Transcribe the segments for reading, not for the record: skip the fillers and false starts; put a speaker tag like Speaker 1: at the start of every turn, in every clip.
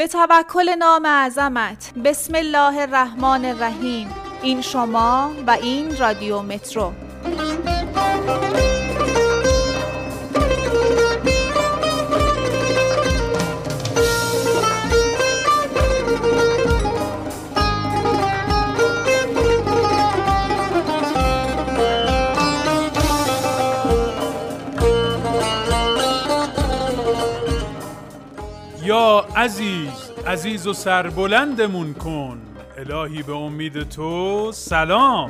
Speaker 1: به توکل نام اعظمت. بسم الله الرحمن الرحیم. این شما و این رادیو مترو.
Speaker 2: یا عزیز و سربلندمون کن، الهی به امید تو سلام.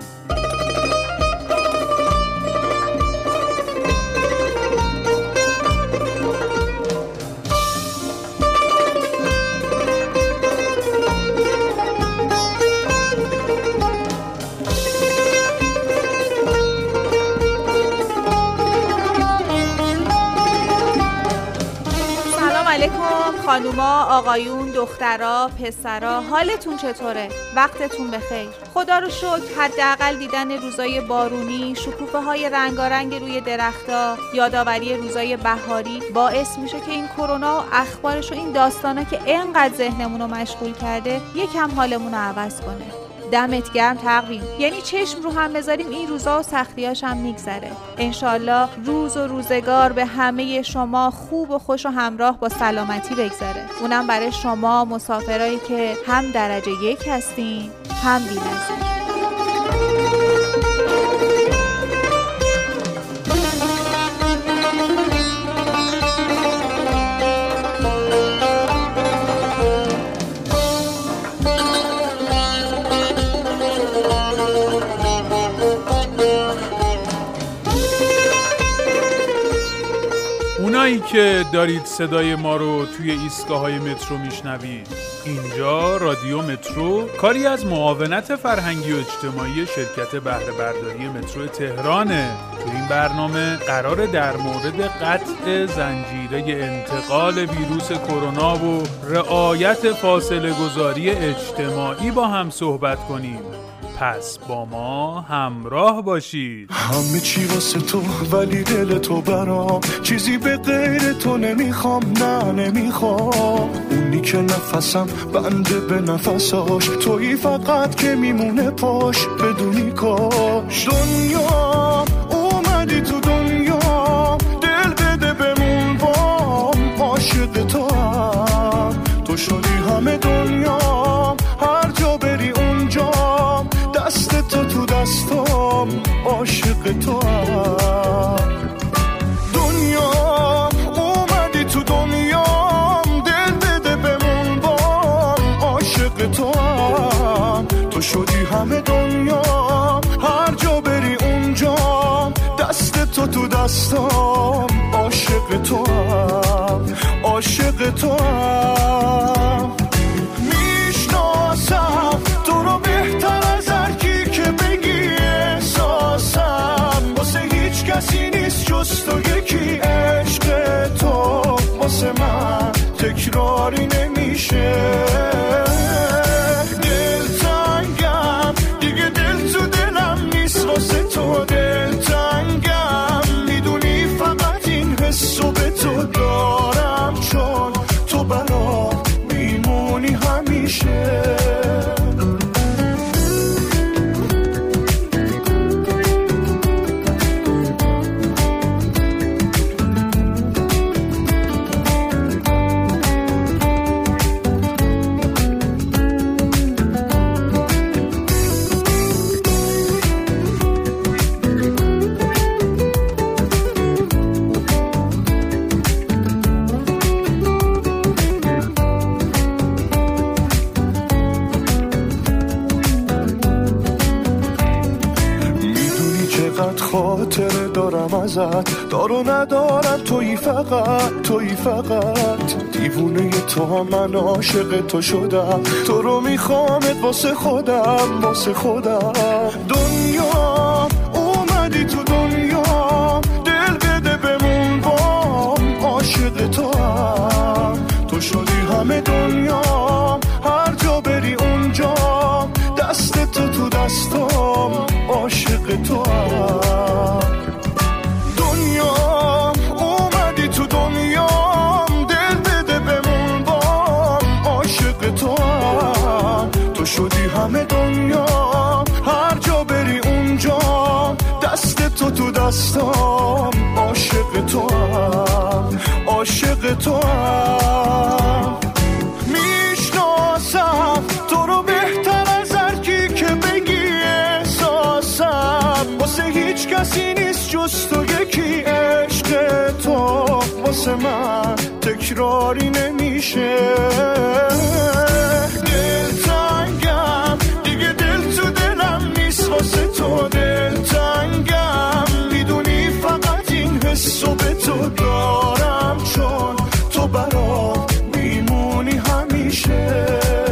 Speaker 1: خانوما، آقایون، دخترا، پسرا، حالتون چطوره؟ وقتتون بخیر. خدا رو شکر حداقل دیدن روزای بارونی، شکوفه های رنگارنگ روی درختا، یادآوری روزای بهاری باعث میشه که این کرونا و اخبارش و این داستانا که اینقدر ذهنمون رو مشغول کرده یکم حالمون رو عوض کنه. دمت گرم تقویم. یعنی چشم رو هم بذاریم این روزا و سختیاش هم میگذره. انشالله روز و روزگار به همه شما خوب و خوش و همراه با سلامتی بگذره. اونم برای شما مسافرایی که هم درجه 1 هستین هم بی‌نظیر.
Speaker 2: اونایی که دارید صدای ما رو توی ایستگاه‌های مترو میشنوید، اینجا رادیو مترو کاری از معاونت فرهنگی و اجتماعی شرکت بهره برداری مترو تهرانه. تو این برنامه قراره در مورد قطع زنجیره انتقال ویروس کرونا و رعایت فاصله گذاری اجتماعی با هم صحبت کنیم. پس با ما همراه باشید.
Speaker 3: همه چی واسه تو ولی دل تو برام، چیزی به غیر تو نمیخوام، نه نمیخوام. اونی که نفسم بنده به نفساش، تویی فقط که میمونه پاش بدونی کاش. دنیا اومدی تو دنیا، دل بده بمون بام، عاشق تو هم تو شدی همه دنیا، هر جا بری اونجا دست تو دستم، عاشق تو هم. دنیا اومدی تو دنیا، دل بده بمون بام، عاشق تو هم تو شدی همه دنیا، هر جا بری اونجا دست تو دستم، عاشق تو هم، عاشق تو هم. میشناسم تو رو بهتر از هر کی که بگی، احساسم واسه هیچ کسی نیست جز تو یکی. عشق تو واسه من تکراری نمیشه، دلتنگم دیگه، دل تو دلم نیست واسه تو. دلتنگم میدونی فقط این حسو به تو دارم، چون تو برام میمونی همیشه. خاطره دارم ازت، دارو ندارم، تویی فقط، تویی فقط. دیوونه تو هم من عاشق تو شدم، تو رو میخوامت واسه خودم، واسه خودم. دنیا اومدی تو دنیا، دل بده بمون بام، عاشق تو هم تو شدی همه دنیا، هر جا بری اونجا دست تو دستم، عاشق تو هم. دنیا اومدی تو دنیا، دل بده بمون بام، هستم، عاشق تو هم، عاشق تو هم. میشناسم تو رو بهتر از هر کی که بگی احساسم، واسه هیچ کسی نیست جز تو یکی. عشق تو واسه من تکراری نمیشه. دلتنگم دیگه، دل تو دلم نیست واسه تو. دلتنگم میدونی فقط این حسو به تو دارم، چون تو برام میمونی همیشه.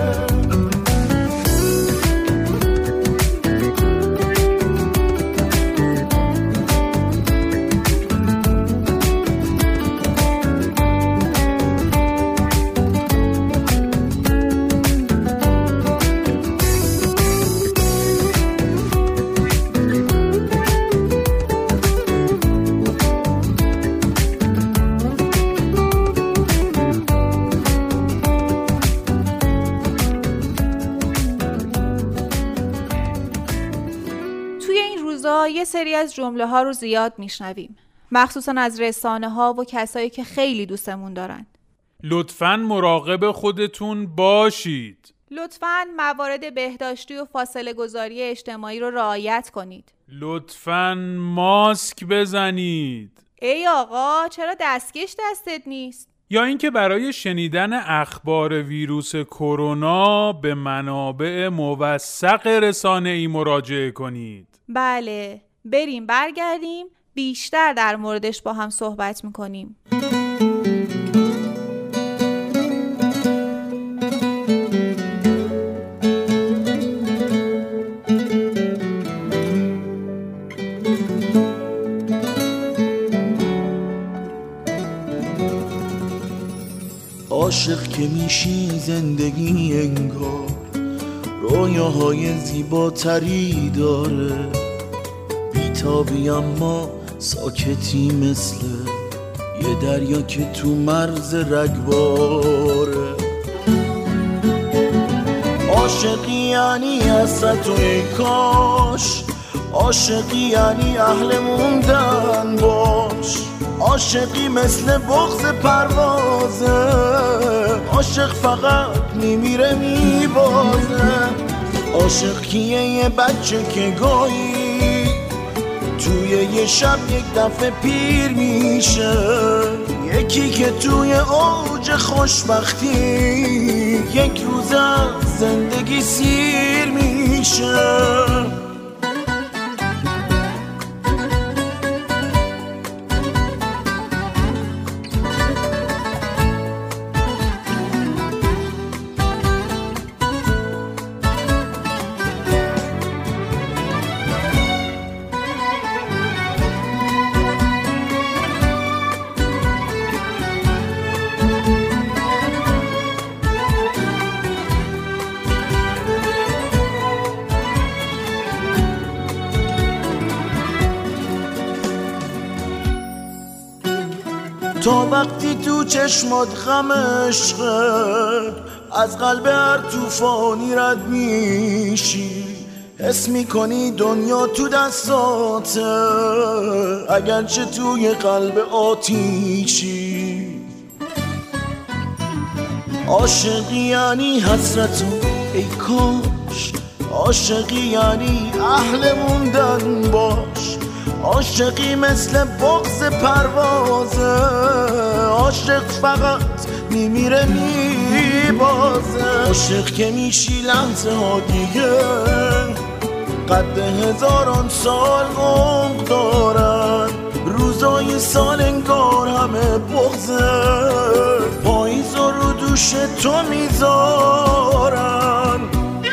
Speaker 1: یه سری از جمله ها رو زیاد میشنویم، مخصوصا از رسانه ها و کسایی که خیلی دوستمون دارن.
Speaker 2: لطفاً مراقب خودتون باشید.
Speaker 1: لطفاً موارد بهداشتی و فاصله گذاری اجتماعی رو رعایت کنید.
Speaker 2: لطفاً ماسک بزنید.
Speaker 1: ای آقا چرا دستکش دستت نیست؟
Speaker 2: یا اینکه برای شنیدن اخبار ویروس کرونا به منابع موثق رسانه‌ای مراجعه کنید.
Speaker 1: بله، بریم برگردیم بیشتر در موردش با هم صحبت میکنیم.
Speaker 4: عاشق که میشی زندگی انگار رویاهای زیباتری داره، بیتابی اما ساکتی مثل یه دریا که تو مرز رگباره. عاشقی یعنی حسرت و کاش، عاشقی یعنی اهل موندن باش، عاشقی مثل بغض پروازه، عاشق فقط میمیره میبازه. عاشق کیه؟ یه بچه که گاهی توی یه شب یک دفعه پیر میشه، یکی که توی اوج خوشبختی یک روز از زندگی سیر میشه. تا وقتی تو چشمات غم عشقه، از قلب هر توفانی رد میشی، حس میکنی دنیا تو دستاته اگرچه توی قلب آتیشی. عاشقی یعنی حسرت و ای کاش، عاشقی یعنی اهل موندن باش، عاشقی مثل بغض پروازه، عاشق فقط میمیره میبازه. عاشق که میشی لحظه ها دیگه قد هزاران سال عمق دارن، روزای سال انگار همه بغضه، پاییز رو دوش تو میذارن.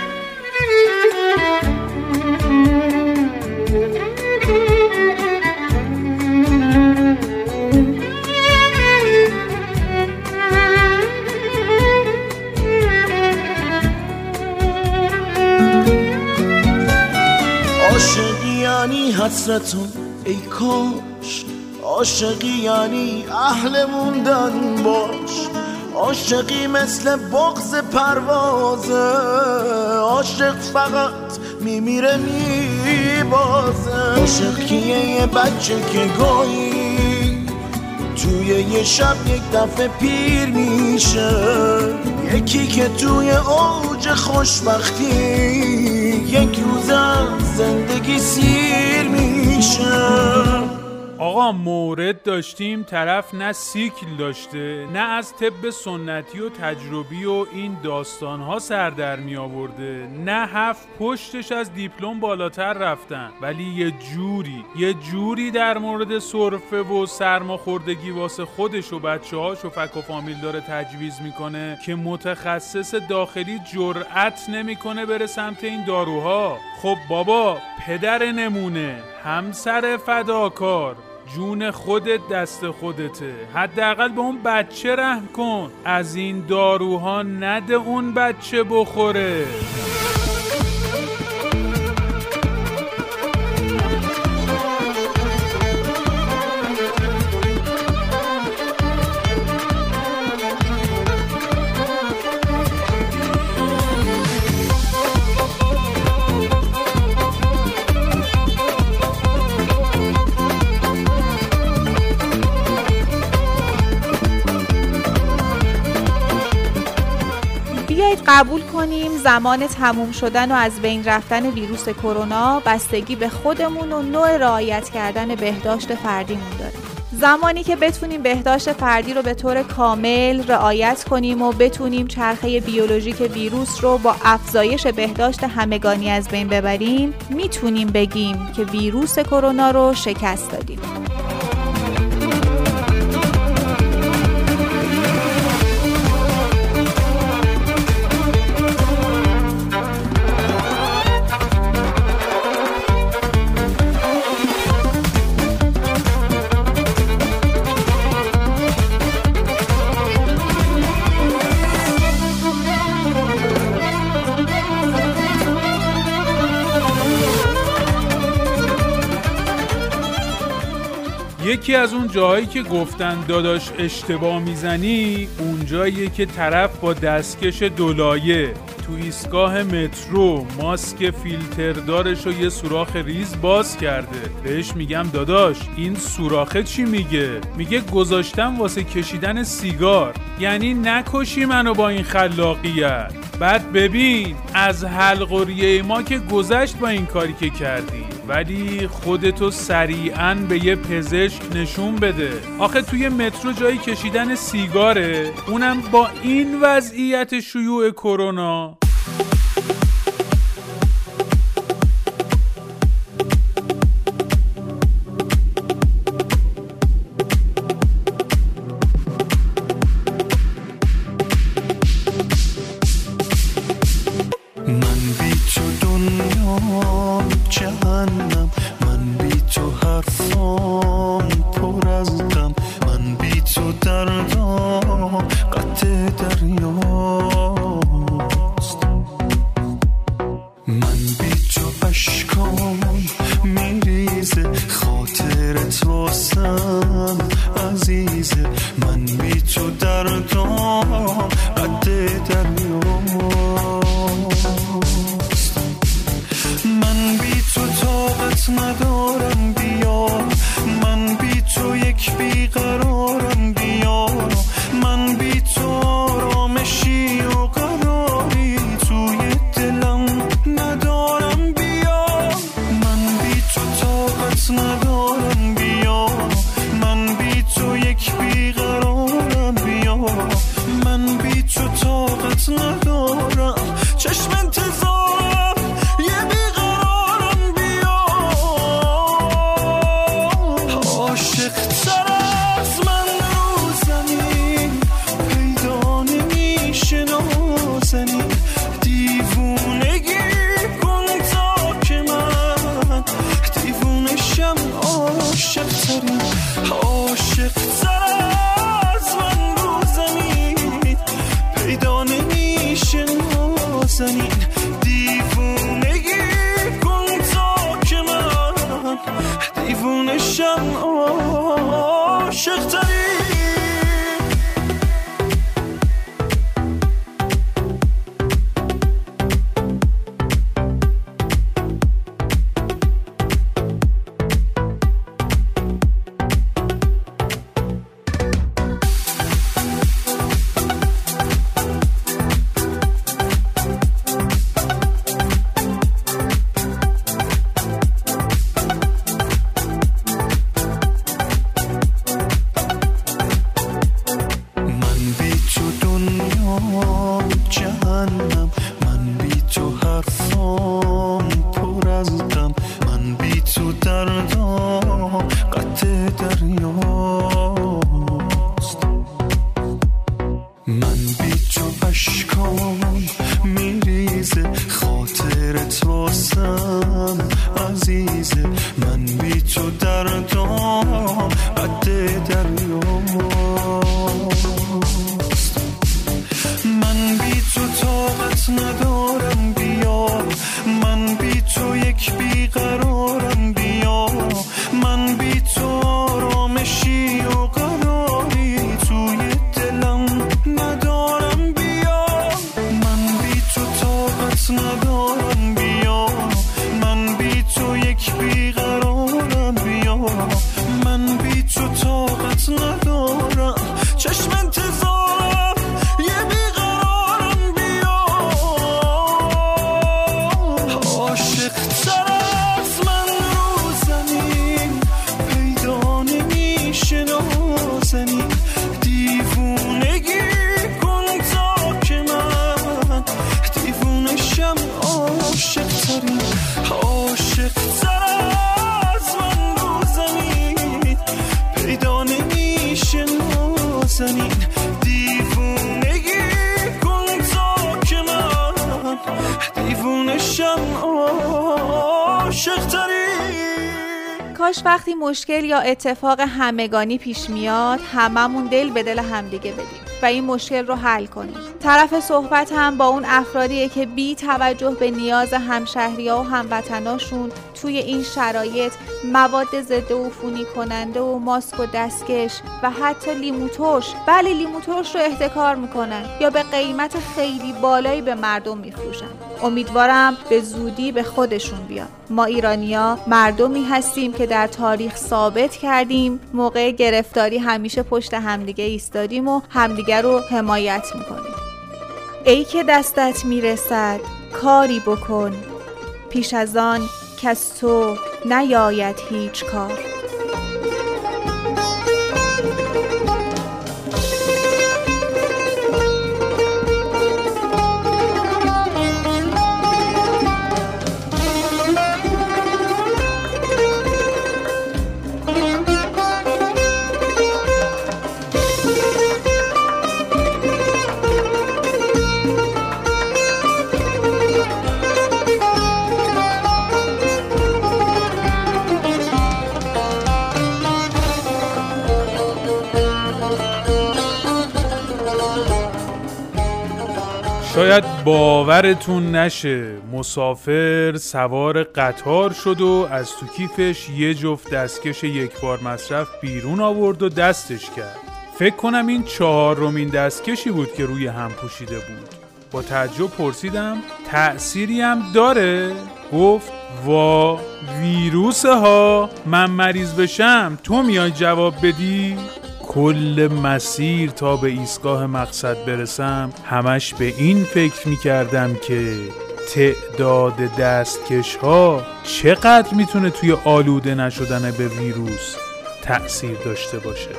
Speaker 4: عاشقی یعنی حسرتون ای کاش، عاشقی یعنی اهل موندن باش، عاشقی مثل بغض پروازه، عاشق فقط میمیره میبازه. عاشق کیه؟ یه بچه که گاهی توی یه شب یک دفعه پیر میشه، یکی که توی اوج خوشبختی یک روز زندگی سیر میشه.
Speaker 2: آقا مورد داشتیم طرف نه سیکل داشته نه از طب سنتی و تجربی و این داستانها سر در می آورده، نه هفت پشتش از دیپلم بالاتر رفتن، ولی یه جوری در مورد سرفه و سرماخوردگی واسه خودش و بچه هاش و فک و فامیل داره تجویز میکنه که متخصص داخلی جرأت نمیکنه بره سمت این داروها. خب بابا پدر نمونه، همسر فداکار، جون خودت دست خودته، حداقل به اون بچه رحم کن، از این داروها نده اون بچه بخوره.
Speaker 1: قبول کنیم زمان تموم شدن و از بین رفتن ویروس کرونا بستگی به خودمون و نوع رعایت کردن بهداشت فردیمون داره. زمانی که بتونیم بهداشت فردی رو به طور کامل رعایت کنیم و بتونیم چرخه بیولوژیک ویروس رو با افزایش بهداشت همگانی از بین ببریم، میتونیم بگیم که ویروس کرونا رو شکست دادیم.
Speaker 2: یکی از اون جاهایی که گفتن داداش اشتباه میزنی، اون جاییه که طرف با دستکش دولایه تو ایستگاه مترو ماسک فیلتردارش رو یه سوراخ ریز باز کرده. بهش میگم داداش این سوراخه چی میگه؟ میگه گذاشتم واسه کشیدن سیگار. یعنی نکشی منو با این خلاقیت. بعد ببین از حلق و ریه ما که گذشت با این کاری که کردی، ولی خودتو سریعاً به یه پزشک نشون بده. آخه توی مترو جایی کشیدن سیگاره، اونم با این وضعیت شیوع کرونا.
Speaker 4: من عاشق تری.
Speaker 1: کاش وقتی مشکل یا اتفاق همگانی پیش میاد هممون دل به دل همدیگه بدیم و این مشکل رو حل کنیم. طرف صحبت هم با اون افرادیه که بی توجه به نیاز همشهری‌ها و هموطناشون توی این شرایط مواد ضد عفونی کننده و ماسک و دستکش و حتی لیمو ترش، بله لیمو ترش رو احتکار میکنن یا به قیمت خیلی بالایی به مردم میفروشن. امیدوارم به زودی به خودشون بیان. ما ایرانی‌ها مردمی هستیم که در تاریخ ثابت کردیم موقع گرفتاری همیشه پشت همدیگه ایستادیم و همدیگه رو حمایت میکنیم. ای که دستت میرسد کاری بکن، پیش از آن کس تو نیاید هیچ کار.
Speaker 2: شاید باورتون نشه مسافر سوار قطار شد و از تو کیفش یه جفت دستکش یک بار مصرف بیرون آورد و دستش کرد. فکر کنم این 4مین دستکشی بود که روی هم پوشیده بود. با تعجب پرسیدم تأثیری هم داره؟ گفت وا ویروسه ها، من مریض بشم تو میای جواب بدی؟ کل مسیر تا به ایستگاه مقصد برسم همش به این فکر میکردم که تعداد دستکش ها چقدر میتونه توی آلوده نشدن به ویروس تأثیر داشته باشه.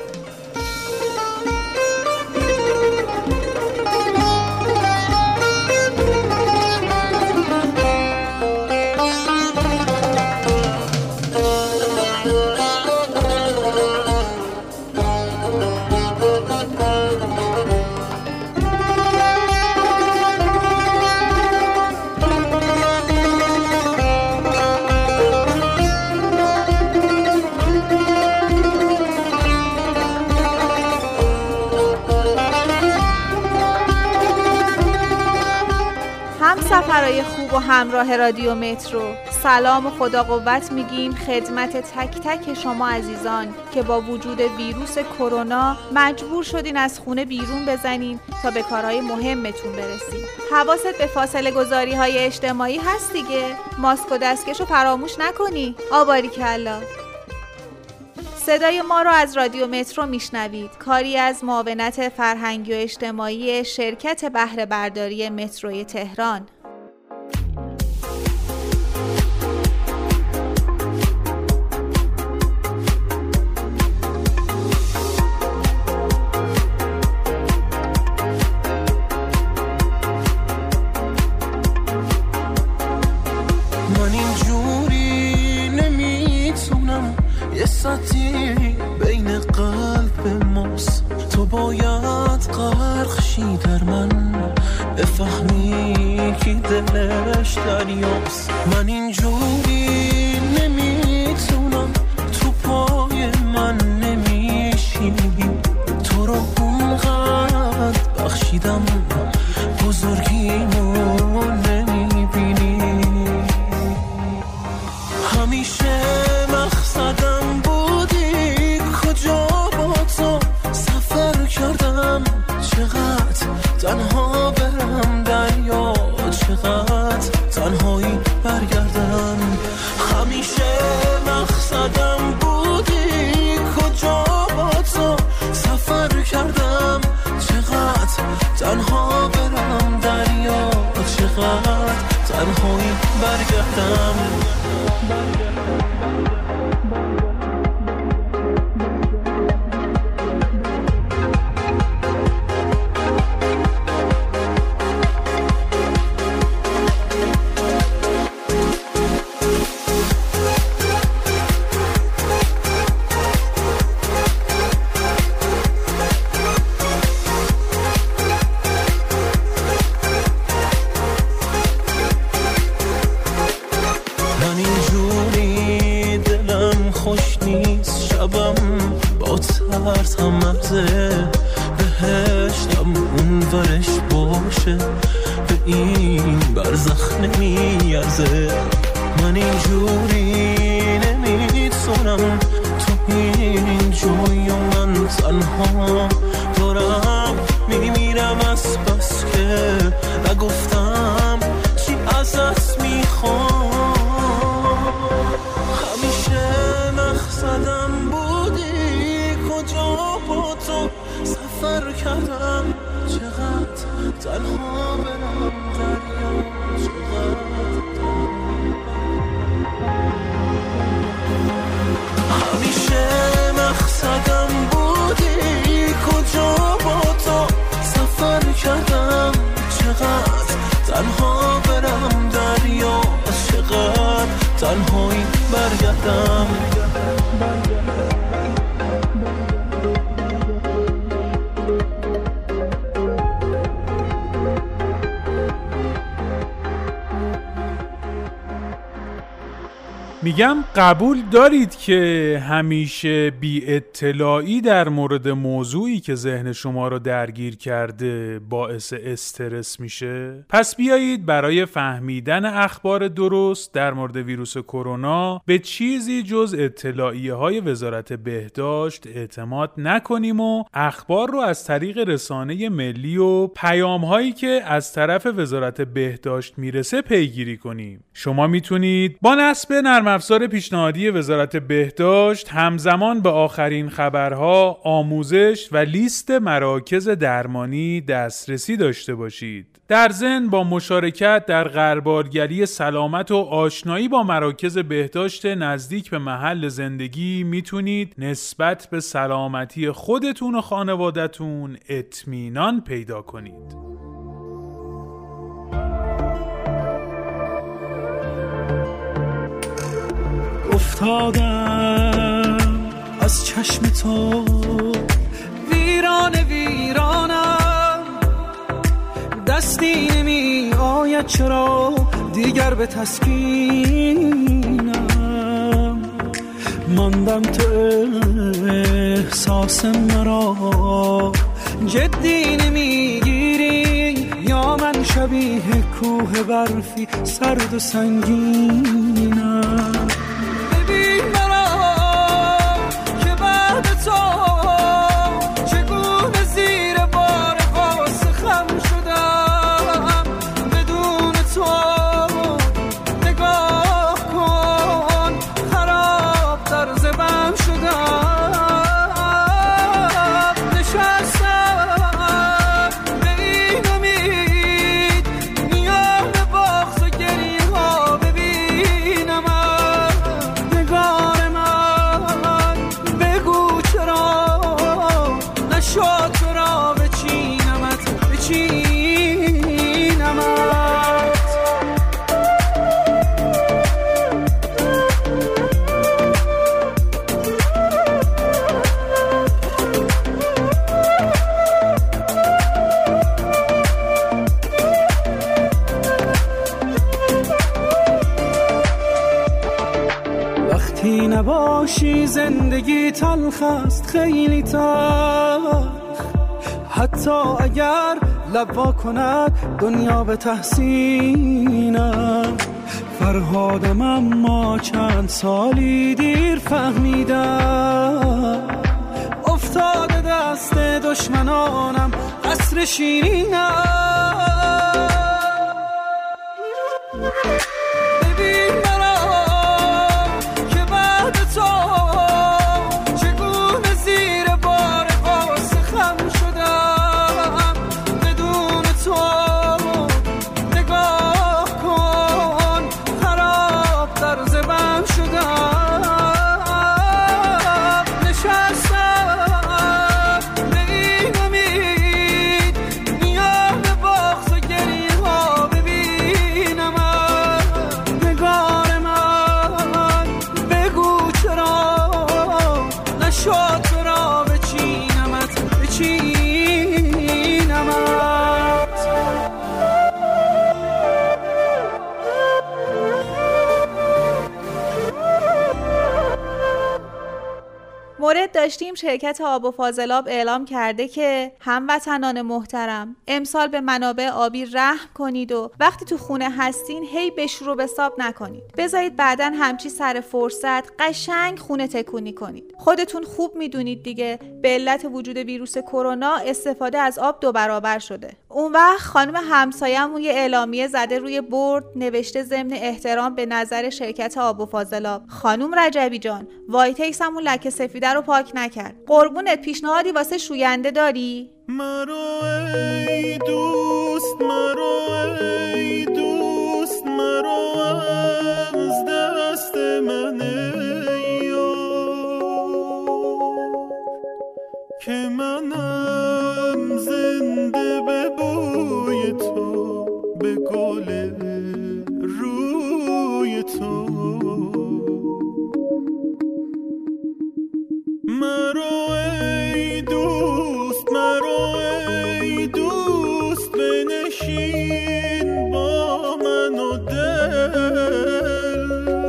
Speaker 1: همسفرهای خوب و همراه رادیو مترو، سلام و خدا قوت میگیم خدمت تک تک شما عزیزان که با وجود ویروس کرونا مجبور شدین از خونه بیرون بزنین تا به کارهای مهمتون برسین. حواست به فاصله گذاری های اجتماعی هست دیگه، ماسک و دستکش رو فراموش نکنی. آباریکلا. صدای ما رو از رادیو مترو میشنوید، کاری از معاونت فرهنگی و اجتماعی شرکت بهره برداری متروی تهران.
Speaker 4: من اینجوری نمیتونم، یه ساعتی بین قلب ماست، تو باید غرق شی در من بفهمی کی دلش دریاست. من اینجوری نمیتونم، تو پای من نمیشی، تو رو اونقدر بخشیدم بزرگیمو نمیبینی. همیشه مقصدم بودی، کجا با تو سفر کردم، چقدر تنها برم دریا، چقدر تنهایی برگردم. همیشه مقصدم بودی، کجا با تو سفر کردم، چقدر تنها برم دریا، چقدر تنهایی برگردم. مرز هم مرزه، بهشتم اون ورش باشه، به این برزخ نمیارزه. من اینجوری نمیتونم تو این جوی و من تنها دارم میمیرم از بس که نگفتم چی ازت میخوام. همیشه مقصدم بودی، کجا با تو سفر کردم، چقدر تنها برم دریا، چقدر همیشه مقصدم بودی، کجا با تو سفر کردم، چقدر تنها برم دریا، چقدر تنهایی برگردم.
Speaker 2: میگم قبول دارید که همیشه بی اطلاعی در مورد موضوعی که ذهن شما رو درگیر کرده باعث استرس میشه؟ پس بیایید برای فهمیدن اخبار درست در مورد ویروس کرونا به چیزی جز اطلاعیه‌های وزارت بهداشت اعتماد نکنیم و اخبار رو از طریق رسانه ملی و پیام‌هایی که از طرف وزارت بهداشت میرسه پیگیری کنیم. شما میتونید با نصب نرم افزار پیشنهادی وزارت بهداشت همزمان به آخرین خبرها، آموزش و لیست مراکز درمانی دسترسی داشته باشید. در ضمن با مشارکت در غربالگری سلامت و آشنایی با مراکز بهداشت نزدیک به محل زندگی میتونید نسبت به سلامتی خودتون و خانوادتون اطمینان پیدا کنید.
Speaker 5: افتادم از چشم تو ویرانم، دستی نمی آید چرا دیگر به تسکینم، ماندم تو احساس مرا جدی نمیگیری، یا من شبیه کوه برفی سرد و سنگینم. نباشی زندگی تلخ است، خیلی تلخ، حتی اگر لب وا کند دنیا به تحسینم. فرهادم اما چند سالی دیر فهمیدم، افتاده دست دشمنانم قصر شیرینم. نشستم به این امید، نیام به
Speaker 1: وارد داشتیم شرکت آب و فاضلاب اعلام کرده که هموطنان محترم امسال به منابع آبی رحم کنید و وقتی تو خونه هستین هی بشور و بساب نکنید. بذارید بعدن همچی سر فرصت قشنگ خونه تکونی کنید. خودتون خوب میدونید دیگه به علت وجود ویروس کرونا استفاده از آب 2 برابر شده. اون وقت خانم همسایه‌مون یه اعلامیه زده روی بورد، نوشته ضمن احترام به نظر شرکت آب و فاضلاب: خانم رجبی جان، وایتکسمون لکه سفیده رو پاک نکرد. قربونت پیشنهادی واسه شوینده داری؟
Speaker 4: مرو ای دوست، مرو ای دوست، مرو از دست من که منم زنده به بوی تو، به گل روی تو. مرو ای دوست، مرو ای دوست، بنشین با من و دل،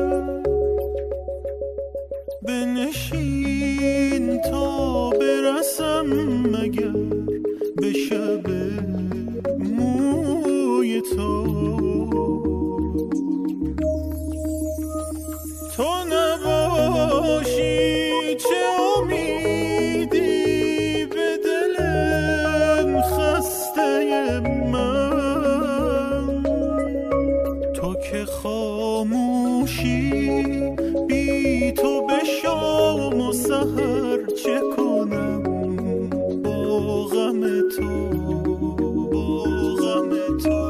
Speaker 4: بنشین تا برسم مگر به شب موی تو. تو نباشی چه امیدی به دلم خسته من، تو که خاموشی بی تو به شام و سحر چه کنم با غم تو، با غم تو.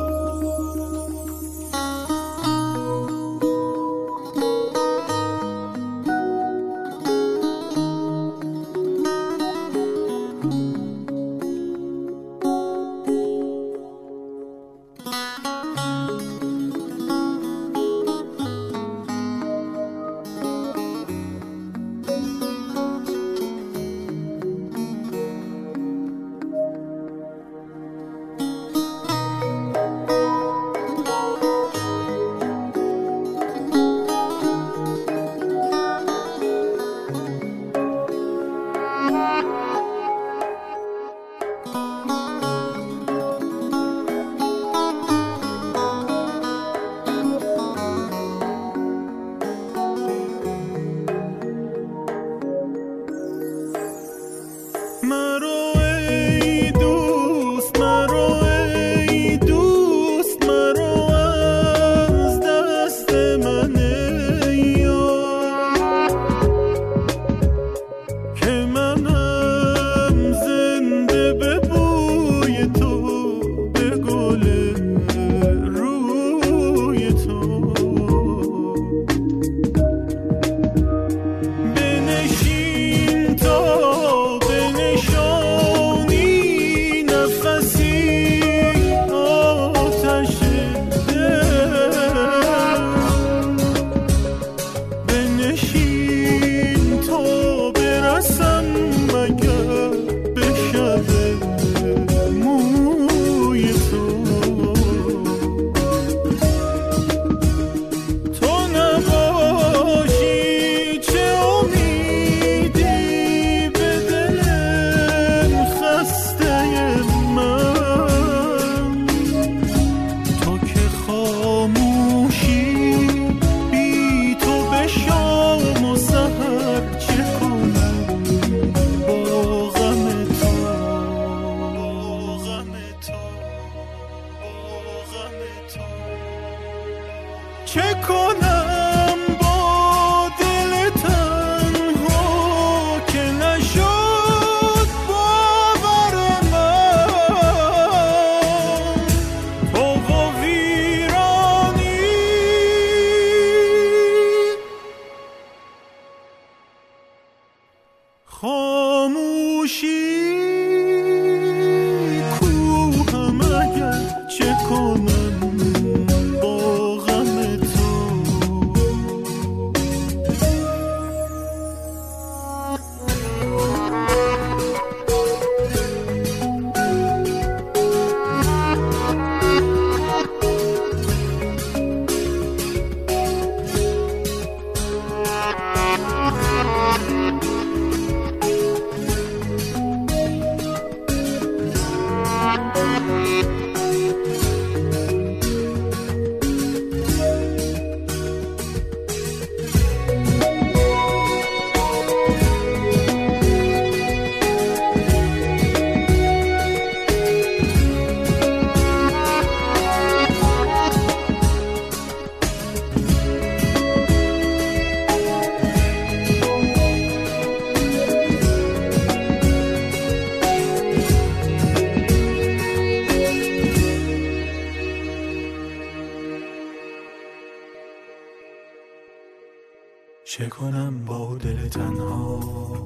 Speaker 4: چه کنم با دل تنها،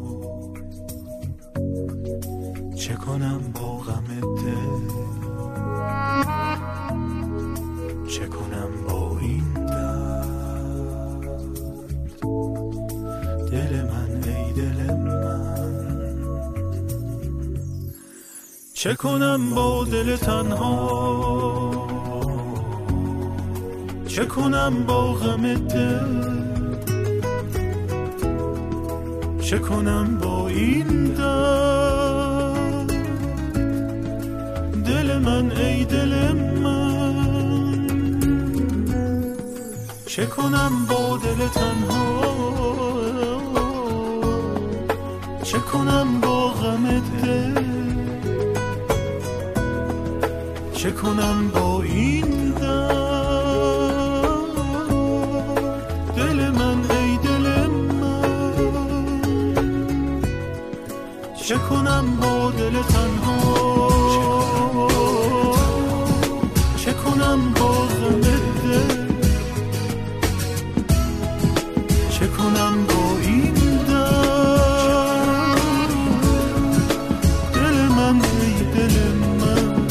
Speaker 4: چه کنم با غم دل، چه کنم با این درد. دل من ای دل من، چه کنم با دل تنها، چه کنم با غم دل، چه کنم با این درد. دل من ای دل من، چه کنم با دل تنها، چه کنم با غم دل، چه کنم با این درد. دل من ای دل من، چه کنم با دل تنها، چه کنم با غم دل، چه کنم با این درد. دل من ای دل من،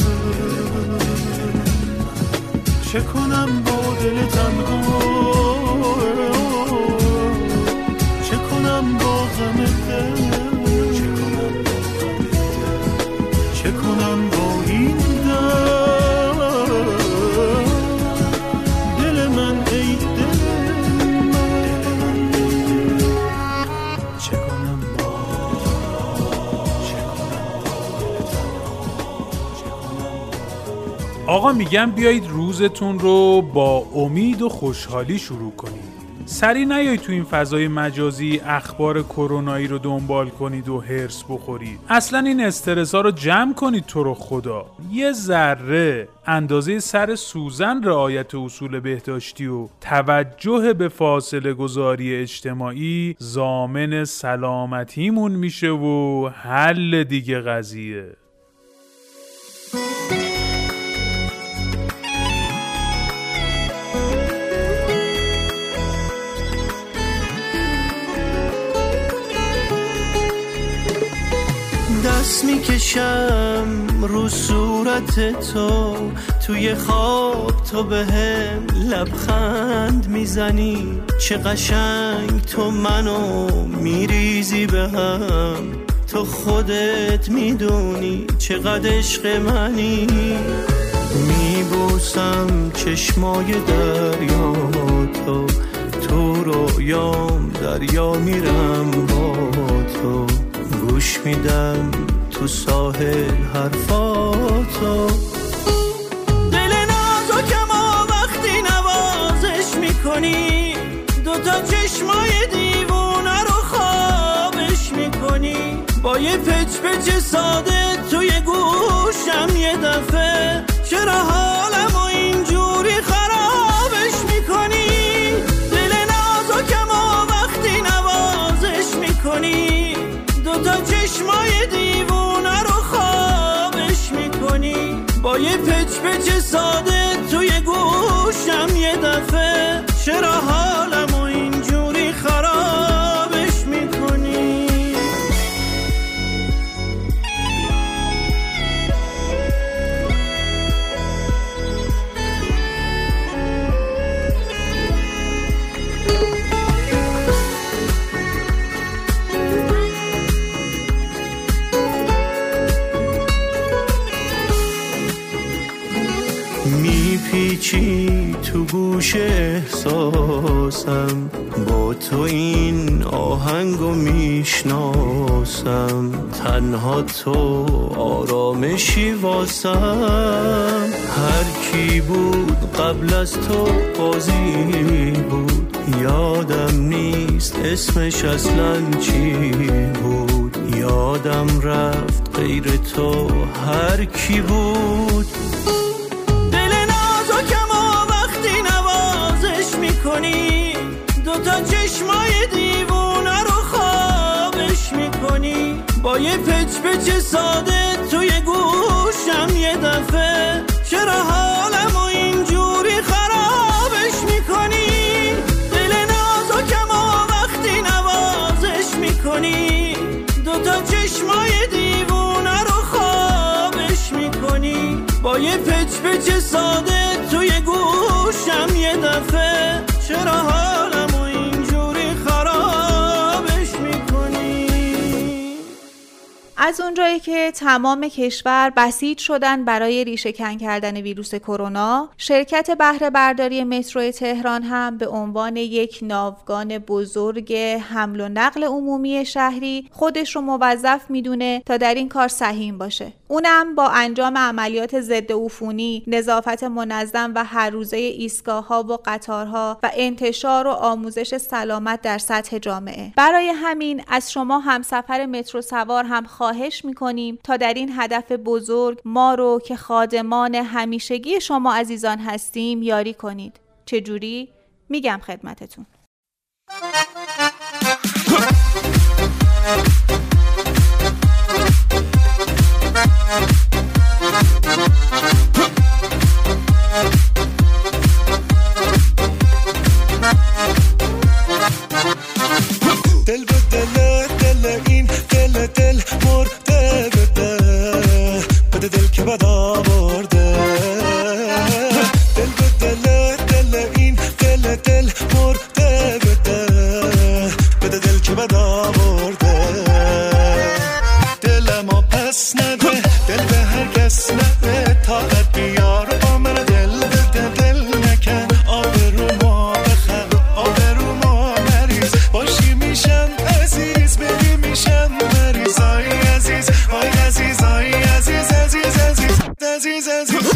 Speaker 4: چه کنم با دل تنها، چه کنم با غم دل، چه کنم با این درد. دل من ای دل من، چه کنم با، چه کنم با.
Speaker 2: آقا میگم بیایید روزتون رو با امید و خوشحالی شروع کنید. سری نیایید تو این فضای مجازی اخبار کرونایی رو دنبال کنید و هرس بخورید. اصلا این استرس ها رو جمع کنید تو رو خدا. یه ذره اندازه سر سوزن رعایت اصول بهداشتی و توجه به فاصله گذاری اجتماعی ضامن سلامتیمون میشه و حل دیگه قضیه.
Speaker 4: دست میکشم رو صورت تو، توی خواب تو بهم لبخند میزنی. چه قشنگ تو منو میریزی بهم، تو خودت میدونی چقدر عشق منی. میبوسم چشمای دریا تو، تو رویام دریا میرم با تو. گوش میدم تو ساحل حرفاتو. دل نازکم و وقتی نوازش میکنی، دوتا چشمای دیوونه رو خوابش میکنی. با یه پچ پچ ساده توی گوشم یه دفعه، چرا حالمو اینجوری خرابش میکنی. دل نازکم و وقتی نوازش میکنی، دوتا چشمای دیوونه رو خوابش میکنی. با یه پچ پچ ساده توی گوشم یه دفعه، چرا حالمو اینجوری خرابش میکنی. میپیچی تو گوش احساسم، با تو این آهنگو میشناسم. تنها تو آرامشی واسم. هر کی بود قبل از تو بازی بود، یادم نیست اسمش اصلا چی بود. یادم رفت غیر تو هر کی بود. دوتا چشمای دیوونه رو خوابش میکنی. با یه پچ پچ ساده توی گوشم یه دفعه، چرا حالمو اینجوری خرابش میکنی. دل نازکم و وقتی پچ ساده توی گوشم یه دفعه چرا حالمو اینجوری خرابش میکنی؟
Speaker 1: از اونجایی که تمام کشور بسیج شدن برای ریشه‌کن کردن ویروس کرونا، شرکت بهره برداری مترو تهران هم به عنوان یک ناوگان بزرگ حمل و نقل عمومی شهری خودش رو موظف میدونه تا در این کار سهیم باشه. اونم با انجام عملیات ضد عفونی، نظافت منظم و هر روزه ایستگاه‌ها و قطارها و انتشار و آموزش سلامت در سطح جامعه. برای همین از شما همسفر مترو سوار هم خواهش میکنیم تا در این هدف بزرگ ما رو که خادمان همیشگی شما عزیزان هستیم یاری کنید. چجوری؟ میگم خدمتتون.
Speaker 3: دل به دل دل این دل دل مرده بده بده دل که بد آورده دل به دل دل این دل دل مرده بده بده دل که بد آورده دل ما پس نده دل به هر کس نده طاقت بیار با من دل بده دل نکن آبرو ما بخر آبرو ما نریز باشی میشم عزیز بری میشم مریض آی عزیز آی عزیز آی عزیز عزیز عزیز عزیز عزیز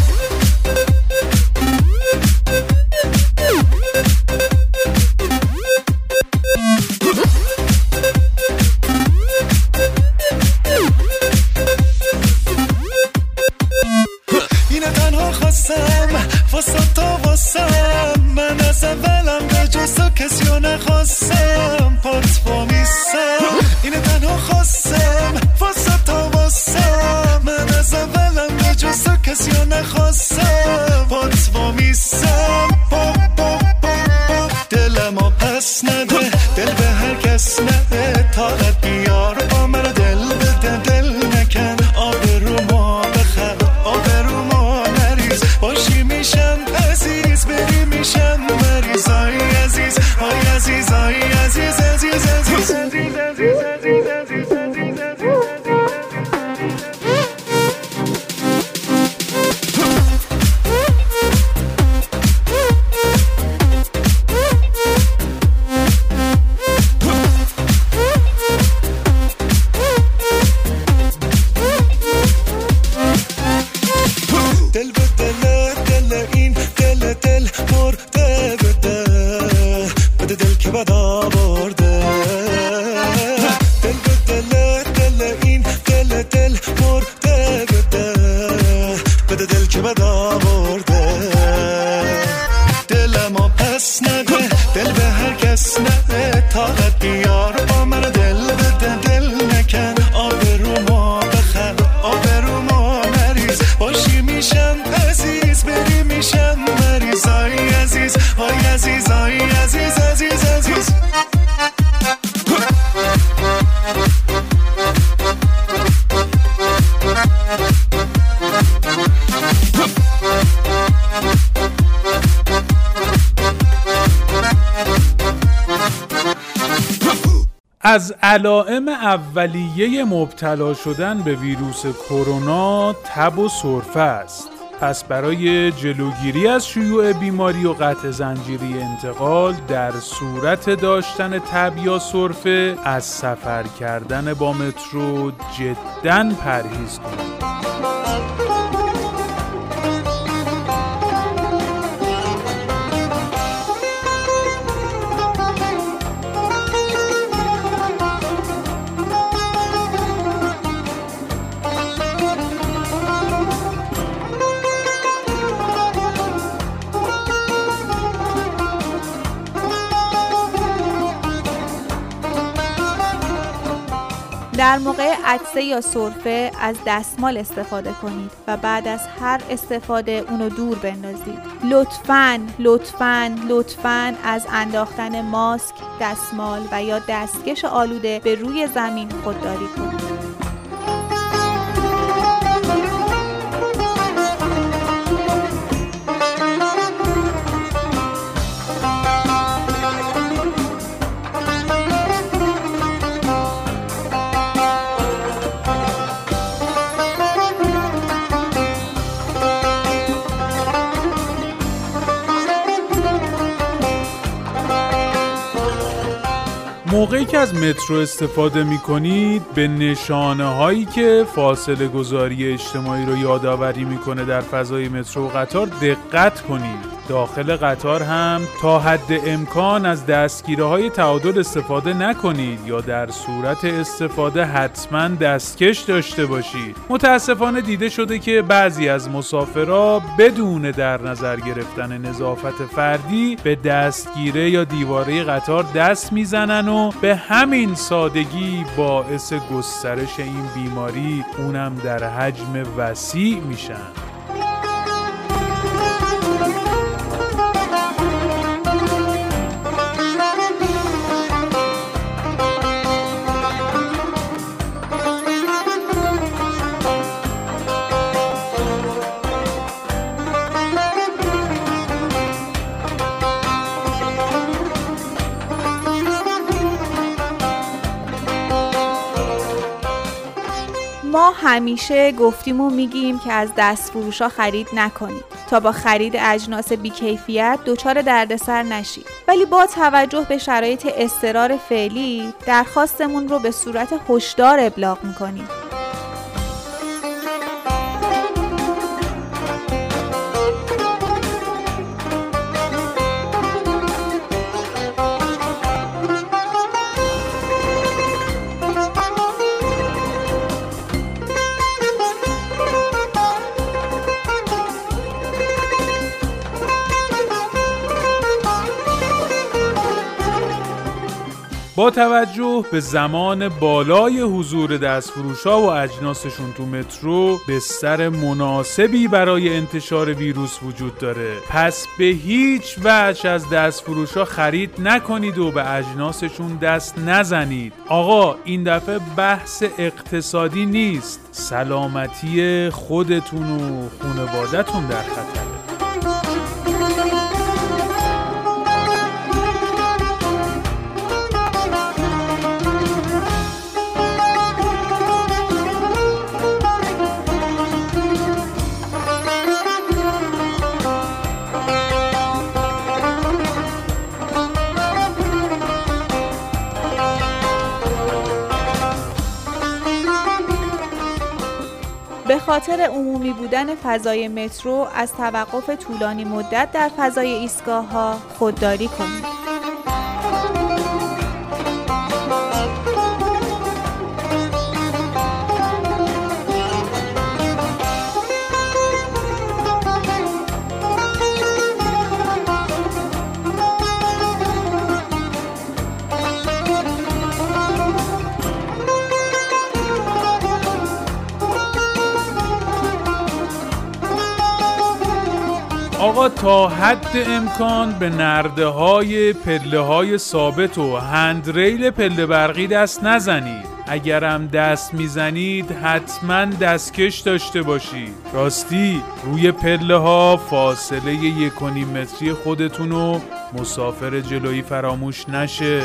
Speaker 3: اینه تنها خواستم واسه تا واسم من از اولم به جز تو کسیو نخواستم پات وامیستم اینه تنها خواستم واسه تا واسم من از اولم به جز تو کسیو نخواستم پات وامیستم دل ما پس نده دل به هر کس نده طاقت بیار با من دل بده دل نکن آبرو ما بخر آبرو ما نریز باشی میشم عزیز بری میشم مریض آی عزیز آی عزیز آی عزیز عزیز عزیز عزیز عزیز عزیز دل به دل دل این دل دل مرده بده بده دل که بد آورده دل به دل دل این دل دل مرده بده بده دل که بد آورده دل ما پس نده دل به هر کس نده طاقت بیار با من دل بده دل نکن آبرو ما بخر آبرو ما نریز باشی میشم عزیز بری میشم مریض آی عزیز آی عزیز آی عزیز عزیز عزیز
Speaker 2: از علائم اولیه مبتلا شدن به ویروس کرونا تب و سرفه است. پس برای جلوگیری از شیوع بیماری و قطع زنجیره انتقال در صورت داشتن تب یا سرفه از سفر کردن با مترو جداً پرهیز کنید.
Speaker 1: در موقع عطسه یا سرفه از دستمال استفاده کنید و بعد از هر استفاده اونو دور بندازید. لطفاً از انداختن ماسک، دستمال و یا دستکش آلوده به روی زمین خودداری کنید.
Speaker 2: موقعی که از مترو استفاده می‌کنید به نشانه‌هایی که فاصله گذاری اجتماعی رو یادآوری می‌کنه در فضای مترو و قطار دقت کنید. داخل قطار هم تا حد امکان از دستگیره‌های تعادل استفاده نکنید یا در صورت استفاده حتما دستکش داشته باشید. متاسفانه دیده شده که بعضی از مسافرها بدون در نظر گرفتن نظافت فردی به دستگیره یا دیواره قطار دست میزنن و به همین سادگی باعث گسترش این بیماری اونم در حجم وسیع میشن.
Speaker 1: ما همیشه گفتیم و میگیم که از دستفروشا خرید نکنید تا با خرید اجناس بی‌کیفیت دچار دردسر نشید. ولی با توجه به شرایط اضطرار فعلی درخواستمون رو به صورت هشدار ابلاغ میکنیم.
Speaker 2: با توجه به زمان بالای حضور دستفروش‌ها و اجناسشون تو مترو بستر مناسبی برای انتشار ویروس وجود داره. پس به هیچ وجه از دستفروش‌ها خرید نکنید و به اجناسشون دست نزنید. آقا این دفعه بحث اقتصادی نیست، سلامتی خودتون و خانواده‌تون در خطره.
Speaker 1: به خاطر عمومی بودن فضای مترو از توقف طولانی مدت در فضای ایستگاه‌ها خودداری کنید.
Speaker 2: آقا تا حد امکان به نرده‌های پله‌های ثابت و هندریل پله برقی دست نزنید. اگرم دست میزنید حتما دستکش داشته باشید. راستی روی پله‌ها فاصله 1.5 متری خودتون و مسافر جلویی فراموش نشه.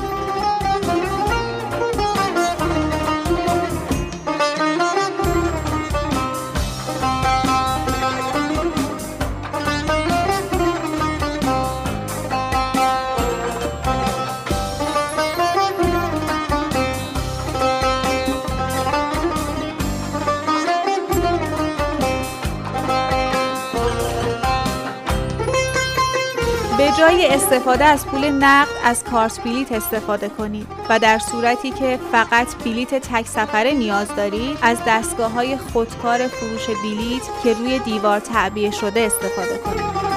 Speaker 1: به جای استفاده از پول نقد از کارت بلیت استفاده کنید و در صورتی که فقط بلیت تک سفره نیاز دارید از دستگاه‌های خودکار فروش بلیت که روی دیوار تعبیه شده استفاده کنید.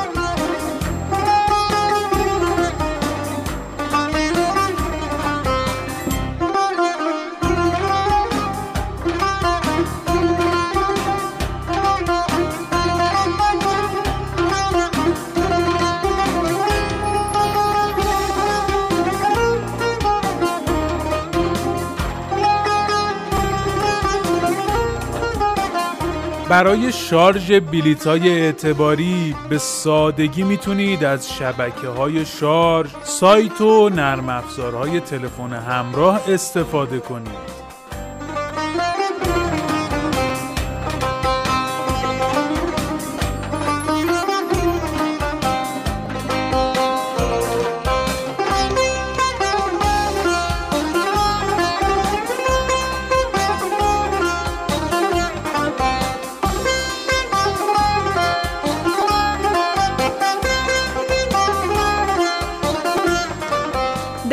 Speaker 2: برای شارژ بلیط‌های اعتباری به سادگی میتونید از شبکه‌های شارژ، سایت و نرم افزارهای تلفن همراه استفاده کنید.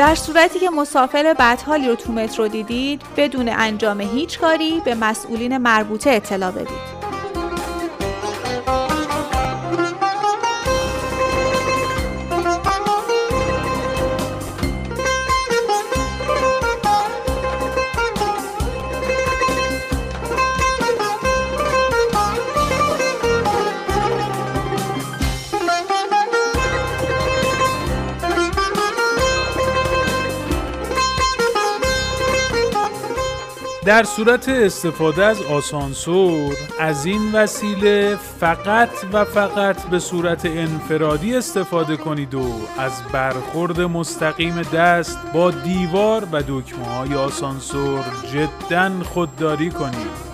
Speaker 1: در صورتی که مسافر بدحالی رو تو مترو دیدید، بدون انجام هیچ کاری به مسئولین مربوطه اطلاع بدید.
Speaker 2: در صورت استفاده از آسانسور از این وسیله فقط و فقط به صورت انفرادی استفاده کنید و از برخورد مستقیم دست با دیوار و دکمه‌های آسانسور جداً خودداری کنید.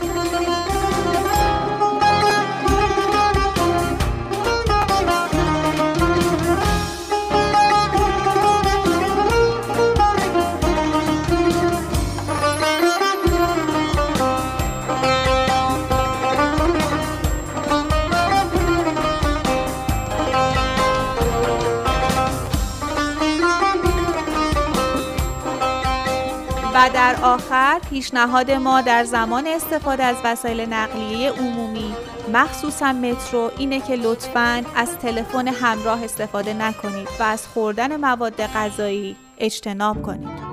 Speaker 1: و در آخر پیشنهاد ما در زمان استفاده از وسایل نقلیه عمومی مخصوصا مترو اینه که لطفاً از تلفن همراه استفاده نکنید و از خوردن مواد غذایی اجتناب کنید.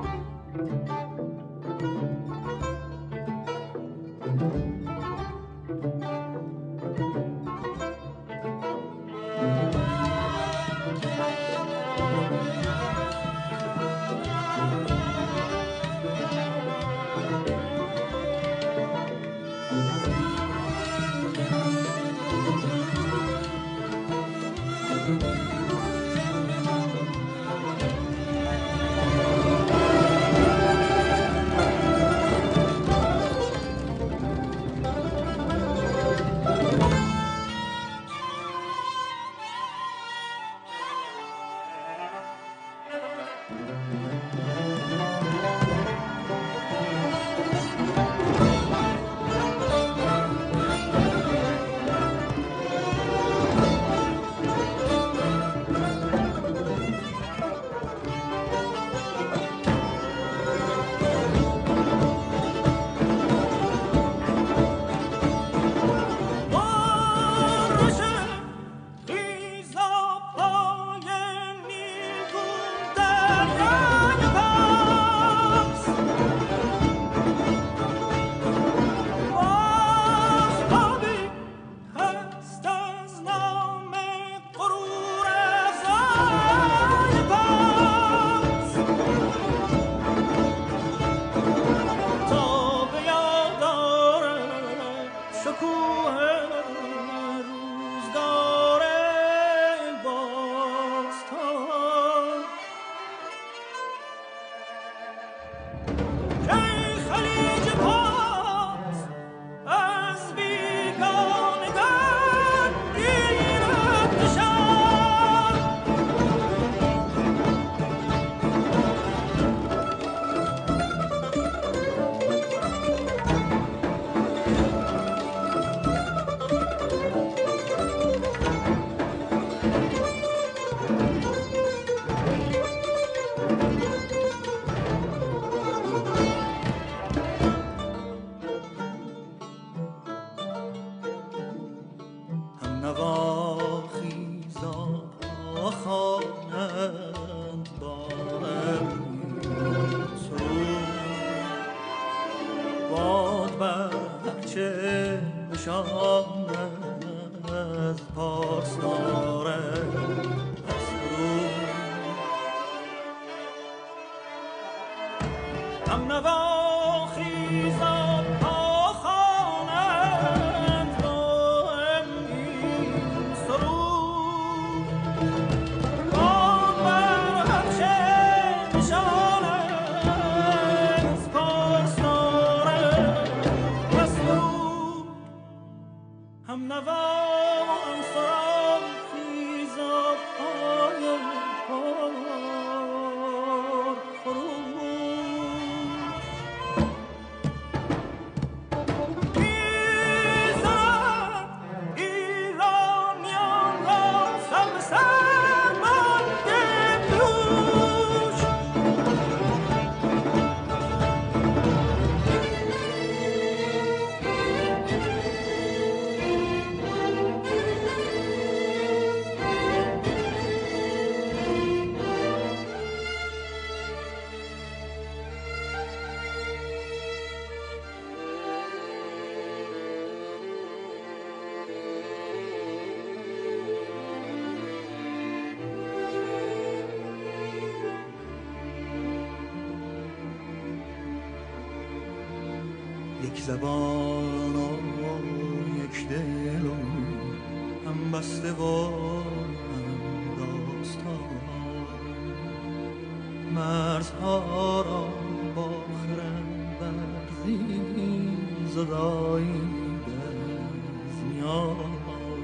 Speaker 3: زبان و یک دل و هم بسته و هم داستان، مرزها را با خرم برزی زدایی از میان.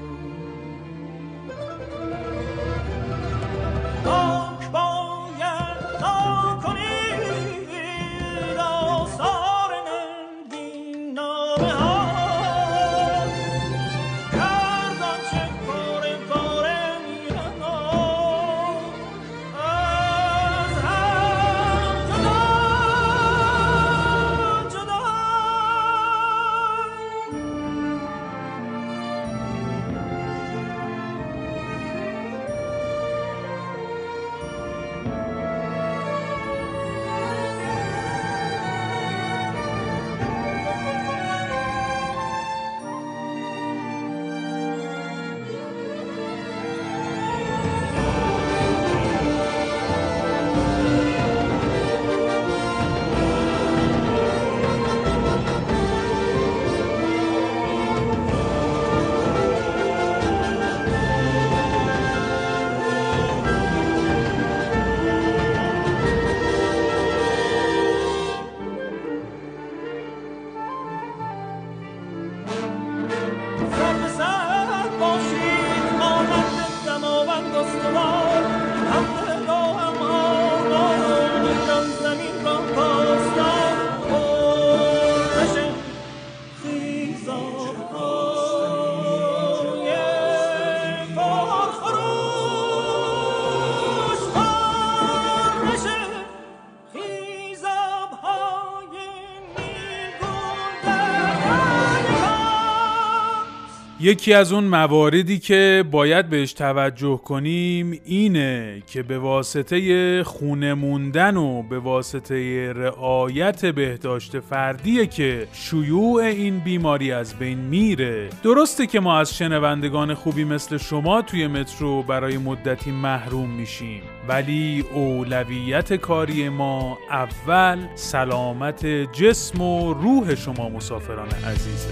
Speaker 2: یکی از اون مواردی که باید بهش توجه کنیم اینه که به واسطه خونه موندن و به واسطه رعایت بهداشت فردیه که شیوع این بیماری از بین میره. درسته که ما از شنوندگان خوبی مثل شما توی مترو برای مدتی محروم میشیم، ولی اولویت کاری ما اول سلامت جسم و روح شما مسافران عزیزه.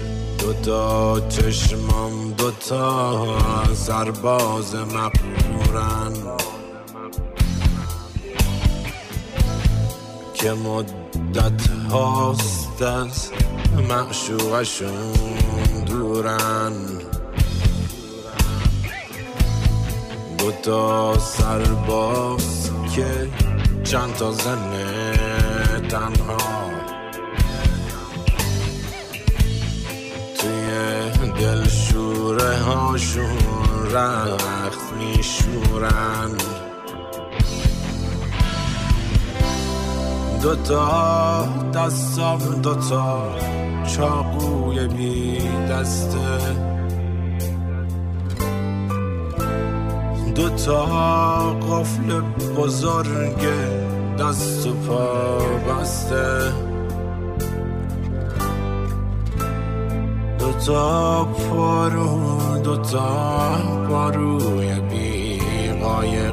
Speaker 6: دوتا چشمم دوتا سرباز مقبورن که مدت هاست از معشوقشون دورن، دوتا سرباز که چند تا زن تنها توی دل شوره هاشون رخت میشورن، دوتا دستام دوتا چاقوی بی دسته، دوتا قفل بزرگ دست و پا بسته، دوتا پاروی بی قایق،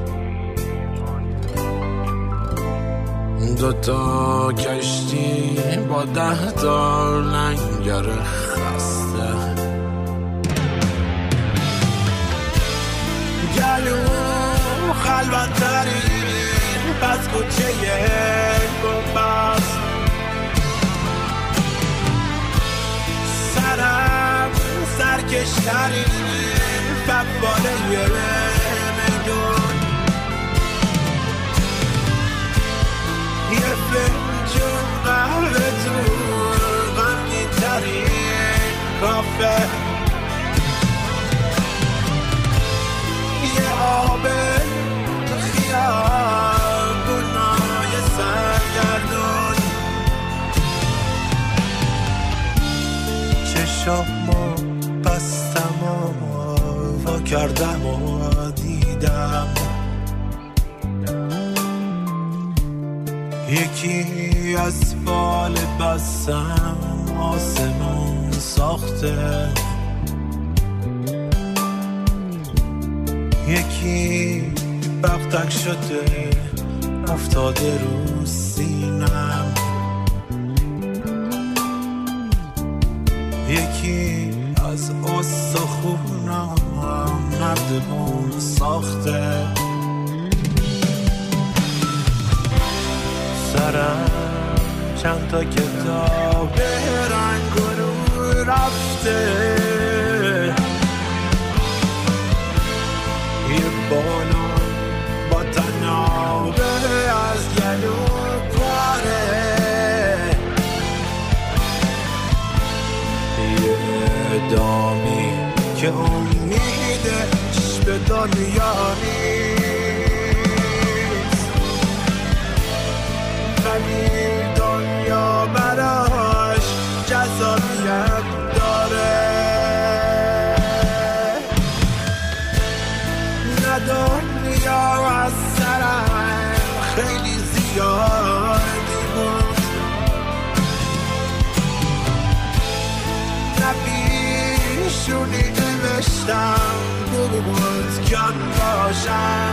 Speaker 6: دوتا کشتی با 10 تا لنگر خسته، گلو خلوت ترین پس کوچه گنبست، سرم سرکشترین فقباله میدون، یه فنجون قهوه تو غمگین ترین کافه، یه آب خیابونای سرگردون، چشامو بستم و وا کردم و دیدم یکی از بال بستم آسمون ساخته، یکی بغدک شده افتاده رو سینم، یکی از استخونم نردبون ساخته، سرم چند تا کتاب رنگ و رو رفته، یه بالون با تنابه از گلو پاره، یه دامی که امیدش به دنیا نیست، ولی دنیا براش جذابیت داره، نه دنیا از سرم خیلی زیادی بود، نبیشونی نوشتم بود کن باشم،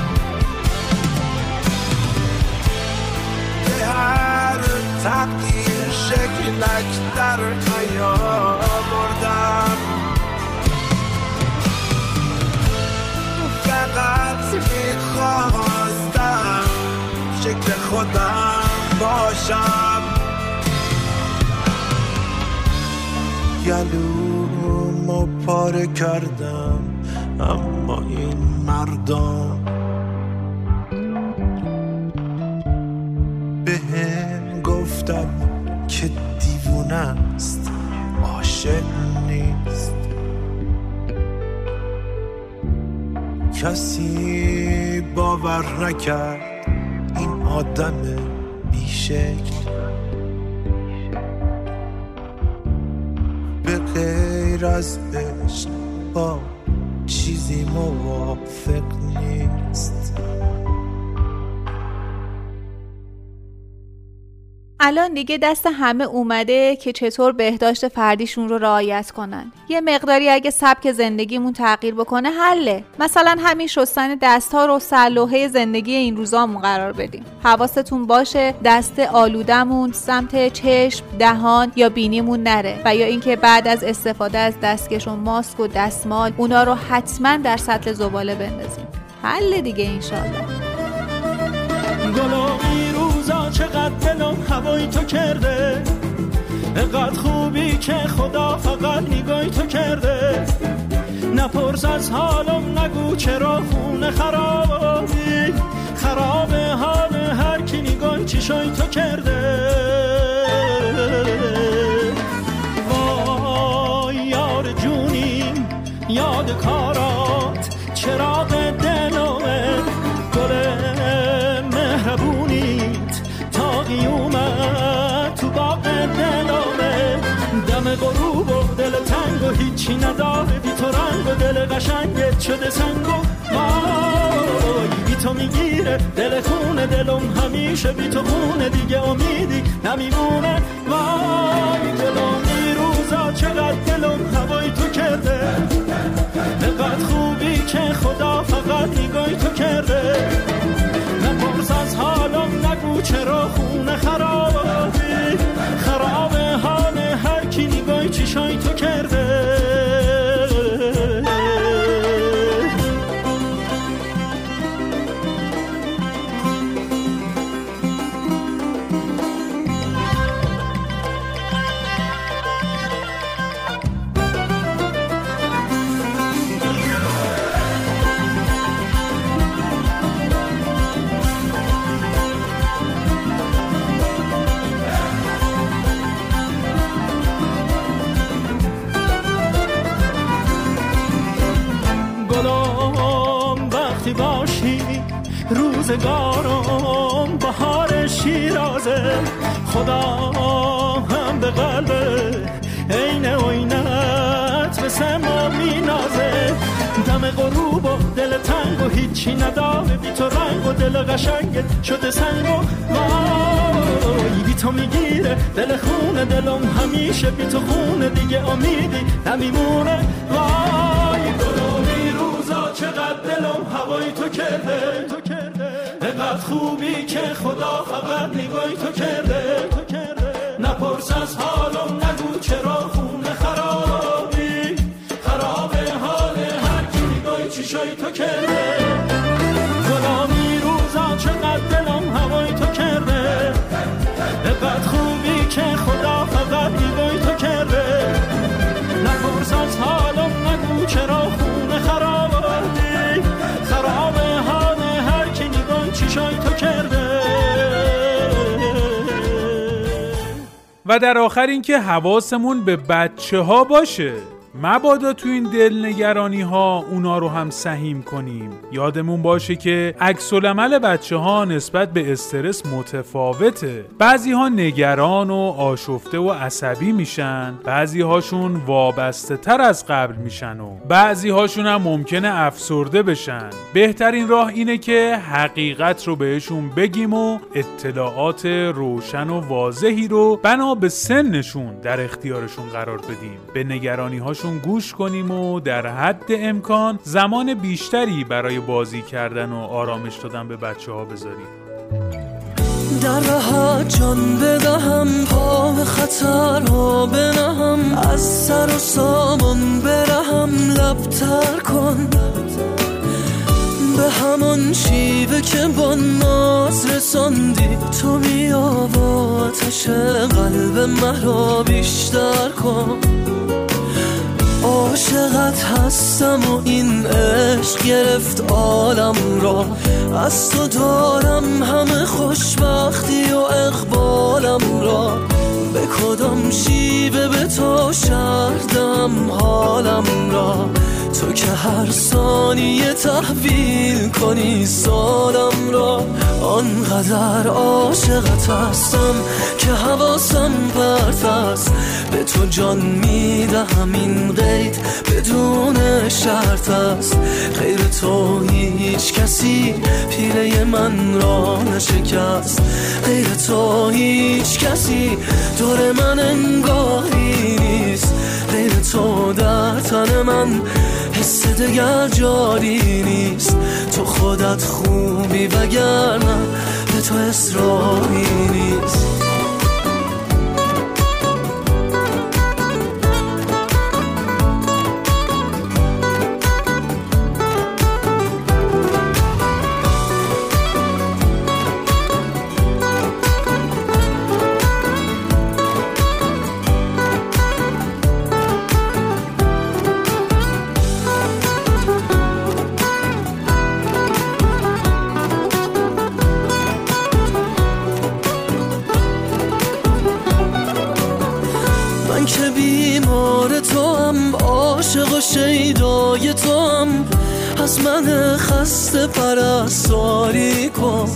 Speaker 6: به هر تقدیر شکلک در نیاوردم، فقط میخواستم شکل خودم باشم، گلومو پاره کردم اما این مردم بهم گفتم که دیوونه است، عاشق نیست، کسی باور نکرد این آدم بیشکل به غیر از عشق با چیزی موافق نیست.
Speaker 1: الان دیگه دست همه اومده که چطور بهداشت فردیشون رو رعایت کنن. یه مقداری اگه سبک زندگیمون تغییر بکنه حله. مثلا همین شستن دست‌ها رو سرلوحه زندگی این روزامون قرار بدیم. حواستون باشه دست آلودمون سمت چشم، دهان یا بینیمون نره و یا اینکه بعد از استفاده از دستکش و ماسک و دستمال اونا رو حتما در سطل زباله بندازیم. حل دیگه انشالله.
Speaker 4: گلابی روزا چقدر دلم هوای تو کرده، اینقدر خوبی که خدا فقط نگاهی تو کرده، نپرس از حالم نگو چرا خونه خرابی، خرابه حال هر کی نگاهی چشای تو کرده، وای یار جونیم یاد کارات چراغ دلمه، گل مهربونیت تا قیومت تو باغ دلمه، دم غروب و دل تنگ و هیچی نداره بی تو رنگ و دل قشنگت شده سنگ و وای بی تو میگیره دل خونه دلم همیشه بی تو خونه دیگه امیدی نمیمونه، وای دلم روزا چقدر دلم هوای تو کرده، اینقدر خوبی که خدا فقط نگاهی تو کرده، نپرس از حالم نگو چرا خونه خرابی، خرابه حال هر کی نگاهی چشای تو کرده. روزگارم بهار شیرازه، خدا هم به قلب عین عینت به سما مینازه، دم غروب و دل تنگ و هیچی نداره بی تو رنگ و دل قشنگت شده سنگ و وای بی تو میگیره دل خونه دلم همیشه بی تو خونه دیگه امیدی نمیمونه، وای گلومی روزا چقدر دلم هوای تو کرده، اینقدر خوبی که خدا فقط نگاهی تو کرده، نپرس از حالم نگو چرا خونه کرده، غلامی روزا چقدر دلم هوای تو کرده، بقد خوبی که خدا فقط ایوای تو کرده، نپرس از حالم نگو چرا خونه خراب آوردی، خراب حال هر کی نگاه چیشای تو کرده.
Speaker 2: و در آخر اینکه حواسمون به بچه ها باشه، مبادا تو این دلنگرانی ها اونا رو هم سهیم کنیم. یادمون باشه که عکس العمل بچه ها نسبت به استرس متفاوته. بعضی ها نگران و آشفته و عصبی میشن، بعضی هاشون وابسته تر از قبل میشن و بعضی هاشون هم ممکنه افسرده بشن. بهترین راه اینه که حقیقت رو بهشون بگیم و اطلاعات روشن و واضحی رو بنا به سنشون در اختیارشون قرار بدیم. به نگرانی هاشون گوش کنیم و در حد امکان زمان بیشتری برای بازی کردن و آرامش دادن به بچه ها بذاریم.
Speaker 7: در راحت جان بدهم، پا به خطرها بنهم، از سر و سامان برهم، لبتر کن به همان شیوه که با ناز رساندی، تو بیا و آتش قلب مرا بیشتر کن. عاشقت هستم و این عشق گرفت عالم را، از تو دارم همه خوشبختی و اقبالم را، به کدام شیوه به تو شردم حالم را، تو که هر ثانیه تحویل کنی سالم را. آنقدر عاشقت هستم که حواسم پرت است، به تو جان میدهم این قید بدون شرط است، غیر تو هیچ کسی پیله من را نشکست، غیر تو هیچ کسی دور من انگاری نیست، غیر تو در تن من حس دگر جاری نیست، تو خودت خوبی وگرنه به تو اصراری نیست. که بیمار تو هم، عاشق و شیدای تو هم، از من خسته پرستاری کن.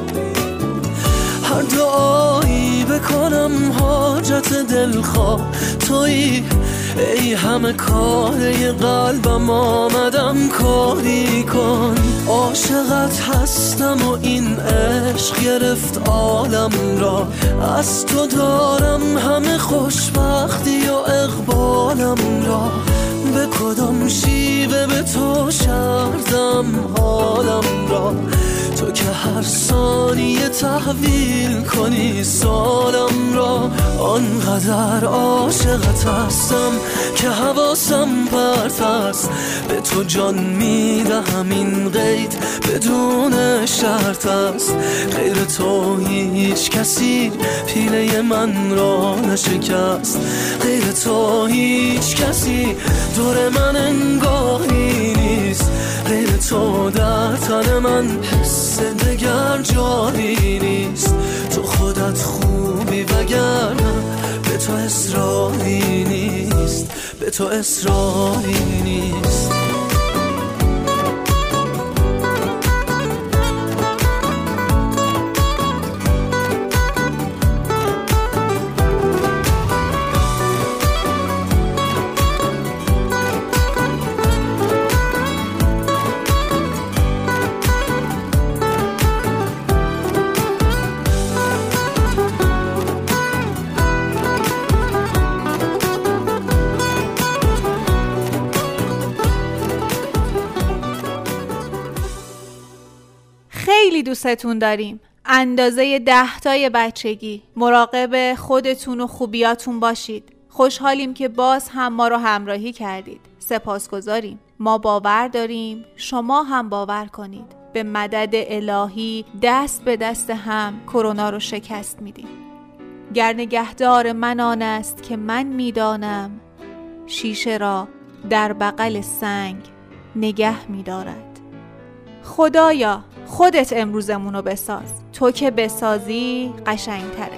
Speaker 7: هر دعایی بکنم حاجت دلخواه تویی، ای همه کاره قلبم آمدم کاری کن. عاشقت هستم و این عشق گرفت عالم را، از تو دارم همه خوشبختی و اقبالم را، به کدام شیوه به تو شردم حالم را، تو که هر ثانیه تحویل کنی سالم را. آنقدر عاشقت هستم که حواسم پرت است، به تو جان میدهم این قید بدون شرط است، غیر تو هیچ کسی پیله من را نشکست، غیر تو هیچ کسی دور من انگاری نیست، غیر تو در تن من حس دگر جاری نیست، تو خودت خوبی وگرنه به تو اصراری نیست، به تو اصراری نیست.
Speaker 1: خیلی دوستتون داریم. اندازه 10 تای بچگی. مراقب خودتون و خوبیاتون باشید. خوشحالیم که باز هم ما رو همراهی کردید. سپاسگزاریم. ما باور داریم شما هم باور کنید. به مدد الهی دست به دست هم کرونا رو شکست میدیم. گر نگهدار من آن است که من میدانم، شیشه را در بغل سنگ نگه میدارد. خدایا خودت امروزمونو بساز، تو که بسازی قشنگتره.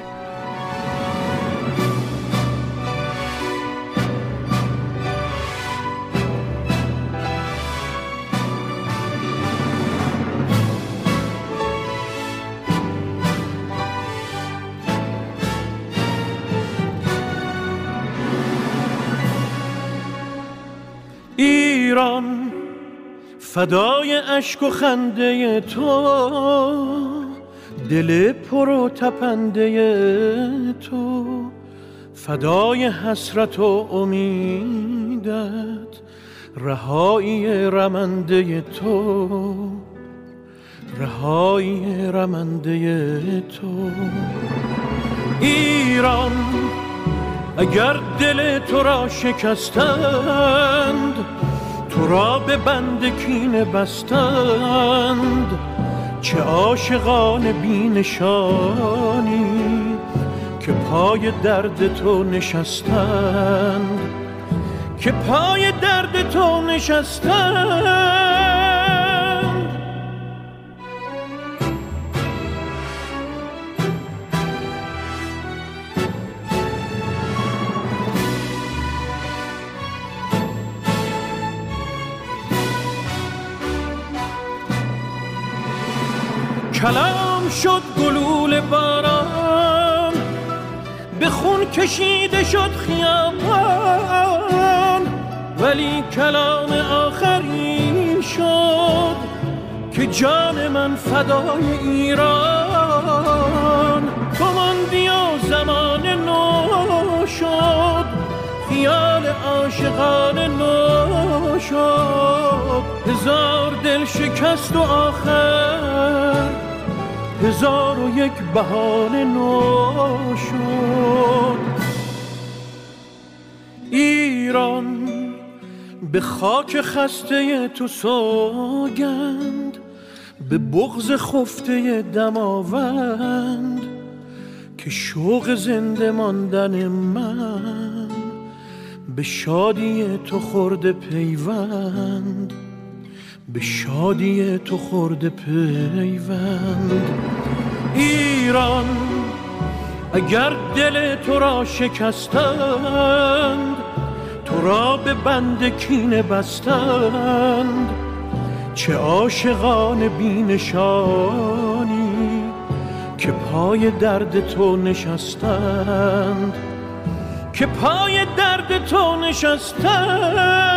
Speaker 6: ایران فدای اشک و خنده تو، دل پر و تپنده تو، فدای حسرت و امیدت، رهایی رمنده تو، رهایی رمنده تو. ایران اگر دل تو را شکستند، تو را به بند کینه بستند، چه عاشقان بی نشانی که پای درد تو نشستند، که پای درد تو نشستند. کلام شد گلوله باران، به خون کشیده شد خیابان، ولی کلام آخری شد که جان من فدای ایران. تو ماندی و زمان نو شد، خیال عاشقان نو شد، هزار دل شکست و آخر 1001 بهانه نو شد. ایران به خاک خسته تو سوگند، به بغض خفته دماوند، که شوق زنده ماندن من به شادی تو خورده پیوند، به شادی تو خورده پیوند. ایران اگر دل تو را شکستند، تو را به بند کینه بستند، چه عاشقان بی نشانی که پای درد تو نشستند، که پای درد تو نشستند.